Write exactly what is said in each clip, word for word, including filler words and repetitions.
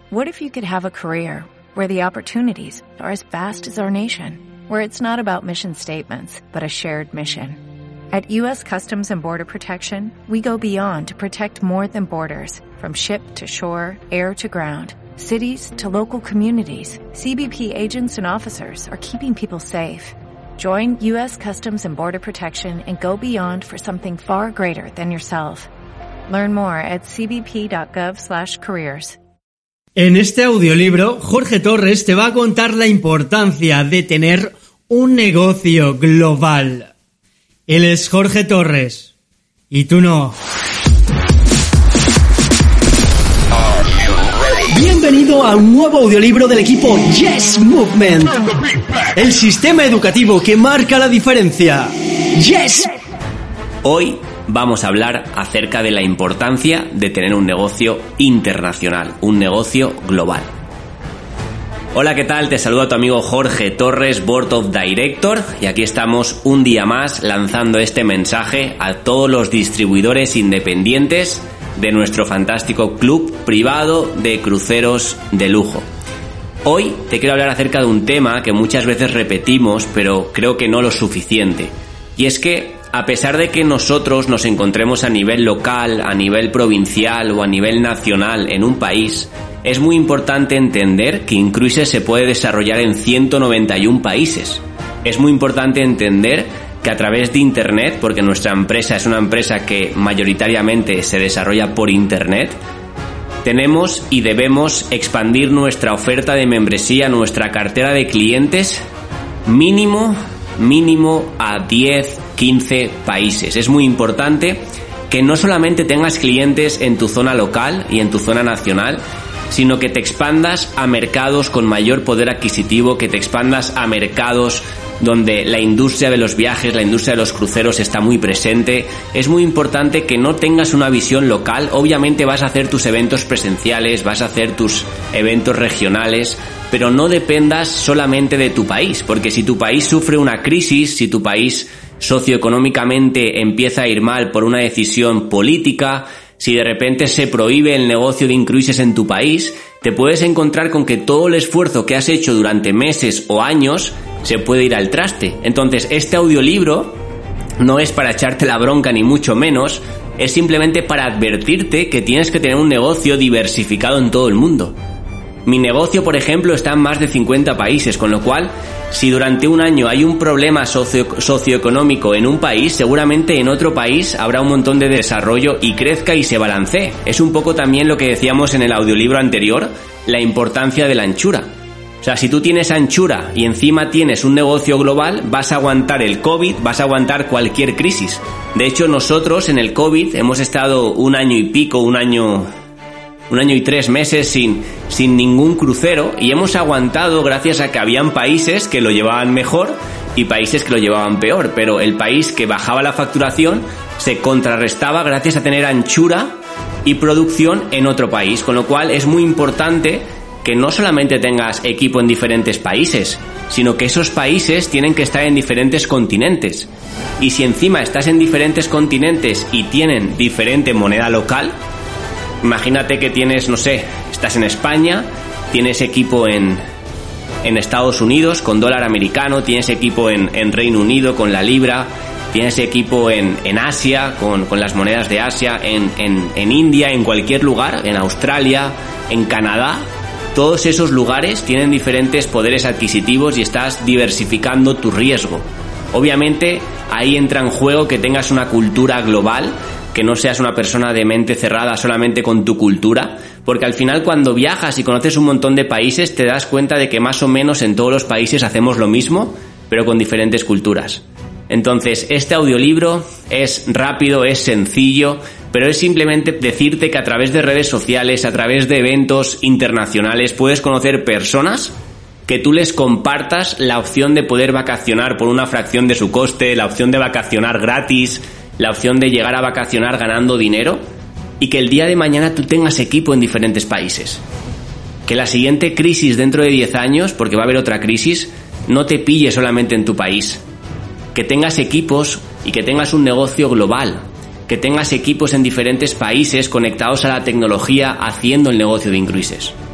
What if you could have a career where the opportunities are as vast as our nation, where it's not about mission statements, but a shared mission? At U S Customs and Border Protection, we go beyond to protect more than borders, from ship to shore, air to ground, cities to local communities. C B P agents and officers are keeping people safe. Join U S Customs and Border Protection and go beyond for something far greater than yourself. Learn more at c b p dot gov slash careers. En este audiolibro, Jorge Torres te va a contar la importancia de tener un negocio global. Él es Jorge Torres, y tú no. Bienvenido a un nuevo audiolibro del equipo Yes Movement, el sistema educativo que marca la diferencia. Yes. Hoy vamos a hablar acerca de la importancia de tener un negocio internacional, un negocio global. Hola, ¿qué tal? Te saluda tu amigo Jorge Torres, Board of Director, y aquí estamos un día más lanzando este mensaje a todos los distribuidores independientes de nuestro fantástico club privado de cruceros de lujo. Hoy te quiero hablar acerca de un tema que muchas veces repetimos, pero creo que no lo suficiente, y es que a pesar de que nosotros nos encontremos a nivel local, a nivel provincial o a nivel nacional en un país, es muy importante entender que Incruises se puede desarrollar en ciento noventa y uno países. Es muy importante entender que a través de Internet, porque nuestra empresa es una empresa que mayoritariamente se desarrolla por Internet, tenemos y debemos expandir nuestra oferta de membresía, nuestra cartera de clientes, mínimo, mínimo a diez, quince países. Es muy importante que no solamente tengas clientes en tu zona local y en tu zona nacional, sino que te expandas a mercados con mayor poder adquisitivo, que te expandas a mercados donde la industria de los viajes, la industria de los cruceros está muy presente. Es muy importante que no tengas una visión local. Obviamente vas a hacer tus eventos presenciales, vas a hacer tus eventos regionales, pero no dependas solamente de tu país, porque si tu país sufre una crisis, si tu país socioeconómicamente empieza a ir mal por una decisión política, si de repente se prohíbe el negocio de Incruises en tu país, te puedes encontrar con que todo el esfuerzo que has hecho durante meses o años se puede ir al traste. Entonces, este audiolibro no es para echarte la bronca ni mucho menos, es simplemente para advertirte que tienes que tener un negocio diversificado en todo el mundo. Mi negocio, por ejemplo, está en más de cincuenta países, con lo cual, si durante un año hay un problema socio, socioeconómico en un país, seguramente en otro país habrá un montón de desarrollo y crezca y se balancee. Es un poco también lo que decíamos en el audiolibro anterior, la importancia de la anchura. O sea, si tú tienes anchura y encima tienes un negocio global, vas a aguantar el COVID, vas a aguantar cualquier crisis. De hecho, nosotros en el COVID hemos estado un año y pico, un año... un año y tres meses sin, sin ningún crucero, y hemos aguantado gracias a que habían países que lo llevaban mejor y países que lo llevaban peor, pero el país que bajaba la facturación se contrarrestaba gracias a tener anchura y producción en otro país, con lo cual es muy importante que no solamente tengas equipo en diferentes países, sino que esos países tienen que estar en diferentes continentes, y si encima estás en diferentes continentes y tienen diferente moneda local, imagínate que tienes, no sé, estás en España, tienes equipo en, en Estados Unidos con dólar americano, tienes equipo en, en Reino Unido con la libra, tienes equipo en, en Asia con, con las monedas de Asia, en, en, en India, en cualquier lugar, en Australia, en Canadá. Todos esos lugares tienen diferentes poderes adquisitivos y estás diversificando tu riesgo. Obviamente ahí entra en juego que tengas una cultura global, que no seas una persona de mente cerrada solamente con tu cultura, porque al final cuando viajas y conoces un montón de países te das cuenta de que más o menos en todos los países hacemos lo mismo, pero con diferentes culturas. Entonces, este audiolibro es rápido, es sencillo, pero es simplemente decirte que a través de redes sociales, a través de eventos internacionales, puedes conocer personas que tú les compartas la opción de poder vacacionar por una fracción de su coste, la opción de vacacionar gratis, la opción de llegar a vacacionar ganando dinero, y que el día de mañana tú tengas equipo en diferentes países. Que la siguiente crisis dentro de diez años, porque va a haber otra crisis, no te pille solamente en tu país. Que tengas equipos y que tengas un negocio global. Que tengas equipos en diferentes países conectados a la tecnología haciendo el negocio de Incruises.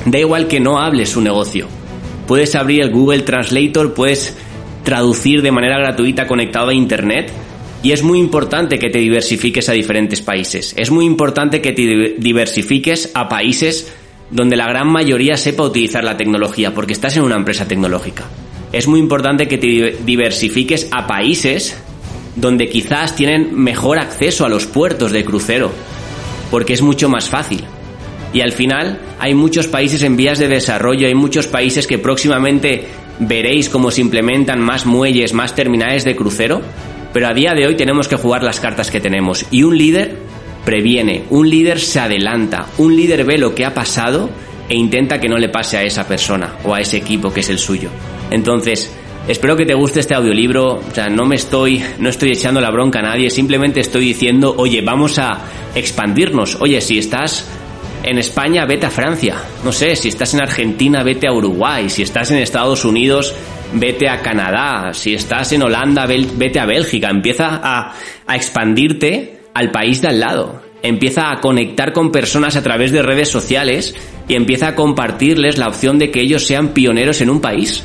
Da igual que no hables su negocio. Puedes abrir el Google Translator, puedes traducir de manera gratuita conectado a internet, y es muy importante que te diversifiques a diferentes países. Es muy importante que te diversifiques a países donde la gran mayoría sepa utilizar la tecnología, porque estás en una empresa tecnológica. Es muy importante que te diversifiques a países donde quizás tienen mejor acceso a los puertos de crucero, porque es mucho más fácil. Y al final hay muchos países en vías de desarrollo, hay muchos países que próximamente veréis cómo se implementan más muelles, más terminales de crucero, pero a día de hoy tenemos que jugar las cartas que tenemos. Y un líder previene, un líder se adelanta, un líder ve lo que ha pasado e intenta que no le pase a esa persona o a ese equipo que es el suyo. Entonces, espero que te guste este audiolibro. O sea, no me estoy, no estoy echando la bronca a nadie, simplemente estoy diciendo, oye, vamos a expandirnos. Oye, si estás en España, vete a Francia. No sé, si estás en Argentina, vete a Uruguay. Si estás en Estados Unidos, vete a Canadá. Si estás en Holanda, vete a Bélgica. Empieza a, a expandirte al país de al lado. Empieza a conectar con personas a través de redes sociales y empieza a compartirles la opción de que ellos sean pioneros en un país.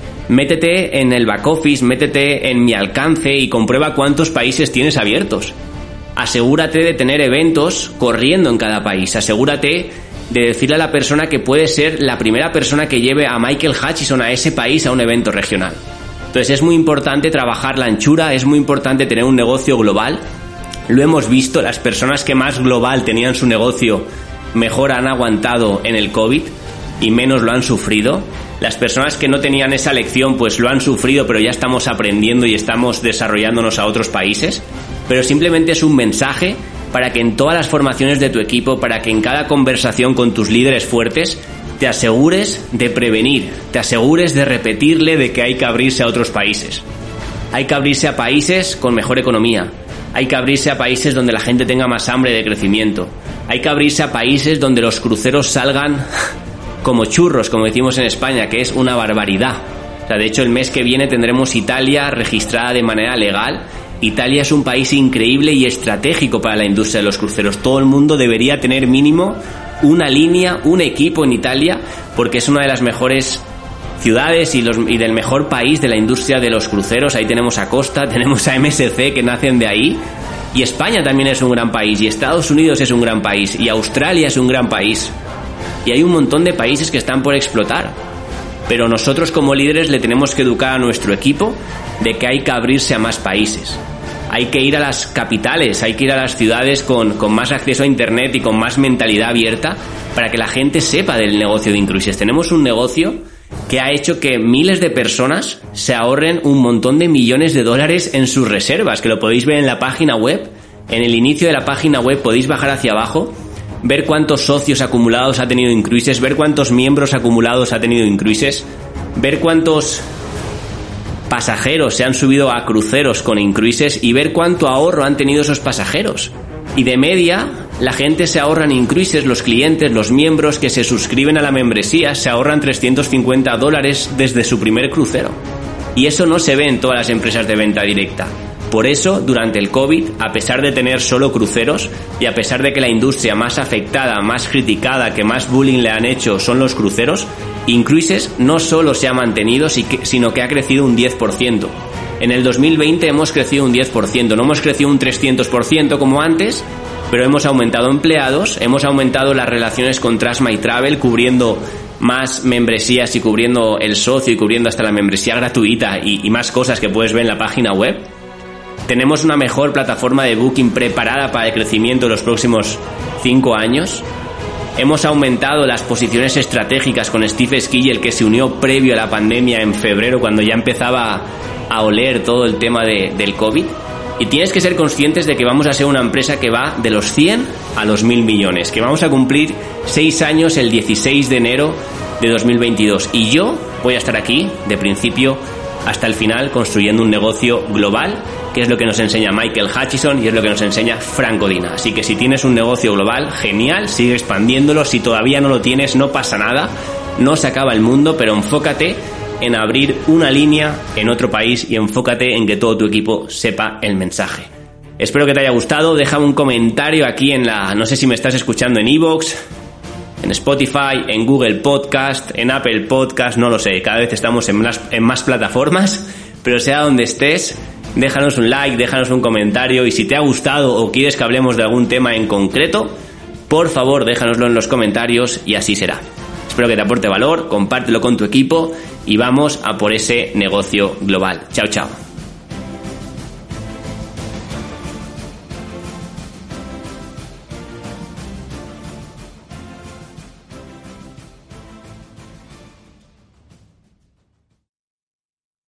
Métete en el back office, métete en Mi Alcance y comprueba cuántos países tienes abiertos. Asegúrate de tener eventos corriendo en cada país. Asegúrate de decirle a la persona que puede ser la primera persona que lleve a Michael Hutchison a ese país a un evento regional. Entonces es muy importante trabajar la anchura, es muy importante tener un negocio global. Lo hemos visto, las personas que más global tenían su negocio mejor han aguantado en el COVID y menos lo han sufrido. Las personas que no tenían esa lección pues lo han sufrido, pero ya estamos aprendiendo y estamos desarrollándonos a otros países. Pero simplemente es un mensaje para que en todas las formaciones de tu equipo, para que en cada conversación con tus líderes fuertes, te asegures de prevenir, te asegures de repetirle de que hay que abrirse a otros países. Hay que abrirse a países con mejor economía. Hay que abrirse a países donde la gente tenga más hambre de crecimiento. Hay que abrirse a países donde los cruceros salgan como churros, como decimos en España, que es una barbaridad. O sea, de hecho, el mes que viene tendremos Italia registrada de manera legal. Italia es un país increíble y estratégico para la industria de los cruceros. Todo el mundo debería tener mínimo una línea, un equipo en Italia, porque es una de las mejores ciudades y, los, y del mejor país de la industria de los cruceros. Ahí tenemos a Costa, tenemos a M S C que nacen de ahí. Y España también es un gran país, y Estados Unidos es un gran país, y Australia es un gran país. Y hay un montón de países que están por explotar. Pero nosotros como líderes le tenemos que educar a nuestro equipo de que hay que abrirse a más países. Hay que ir a las capitales, hay que ir a las ciudades con, con más acceso a internet y con más mentalidad abierta para que la gente sepa del negocio de Incruises. Tenemos un negocio que ha hecho que miles de personas se ahorren un montón de millones de dólares en sus reservas, que lo podéis ver en la página web. En el inicio de la página web podéis bajar hacia abajo, ver cuántos socios acumulados ha tenido Incruises, ver cuántos miembros acumulados ha tenido Incruises, ver cuántos pasajeros se han subido a cruceros con Incruises y ver cuánto ahorro han tenido esos pasajeros. Y de media, la gente se ahorra en Incruises, los clientes, los miembros que se suscriben a la membresía, se ahorran trescientos cincuenta dólares desde su primer crucero. Y eso no se ve en todas las empresas de venta directa. Por eso, durante el COVID, a pesar de tener solo cruceros y a pesar de que la industria más afectada, más criticada, que más bullying le han hecho son los cruceros, Incruises no solo se ha mantenido, sino que ha crecido un diez por ciento. En el dos mil veinte hemos crecido un diez por ciento, no hemos crecido un trescientos por ciento como antes, pero hemos aumentado empleados, hemos aumentado las relaciones con Trust My Travel, cubriendo más membresías y cubriendo el socio y cubriendo hasta la membresía gratuita y, y más cosas que puedes ver en la página web. Tenemos una mejor plataforma de booking preparada para el crecimiento de los próximos cinco años. Hemos aumentado las posiciones estratégicas con Steve Skille, el que se unió previo a la pandemia en febrero, cuando ya empezaba a oler todo el tema de, del COVID. Y tienes que ser conscientes de que vamos a ser una empresa que va de los cien a los mil millones, que vamos a cumplir seis años el dieciséis de enero de dos mil veintidós. Y yo voy a estar aquí de principio hasta el final construyendo un negocio global, que es lo que nos enseña Michael Hutchison y es lo que nos enseña Frank Godina. Así que si tienes un negocio global, genial, sigue expandiéndolo. Si todavía no lo tienes, no pasa nada, no se acaba el mundo, pero enfócate en abrir una línea en otro país y enfócate en que todo tu equipo sepa el mensaje. Espero que te haya gustado, déjame un comentario aquí en la... no sé si me estás escuchando en iVoox, en Spotify, en Google Podcast, en Apple Podcast, no lo sé, cada vez estamos en más, en más plataformas, pero sea donde estés, déjanos un like, déjanos un comentario, y si te ha gustado o quieres que hablemos de algún tema en concreto, por favor déjanoslo en los comentarios y así será. Espero que te aporte valor, compártelo con tu equipo y vamos a por ese negocio global. Chao, chao.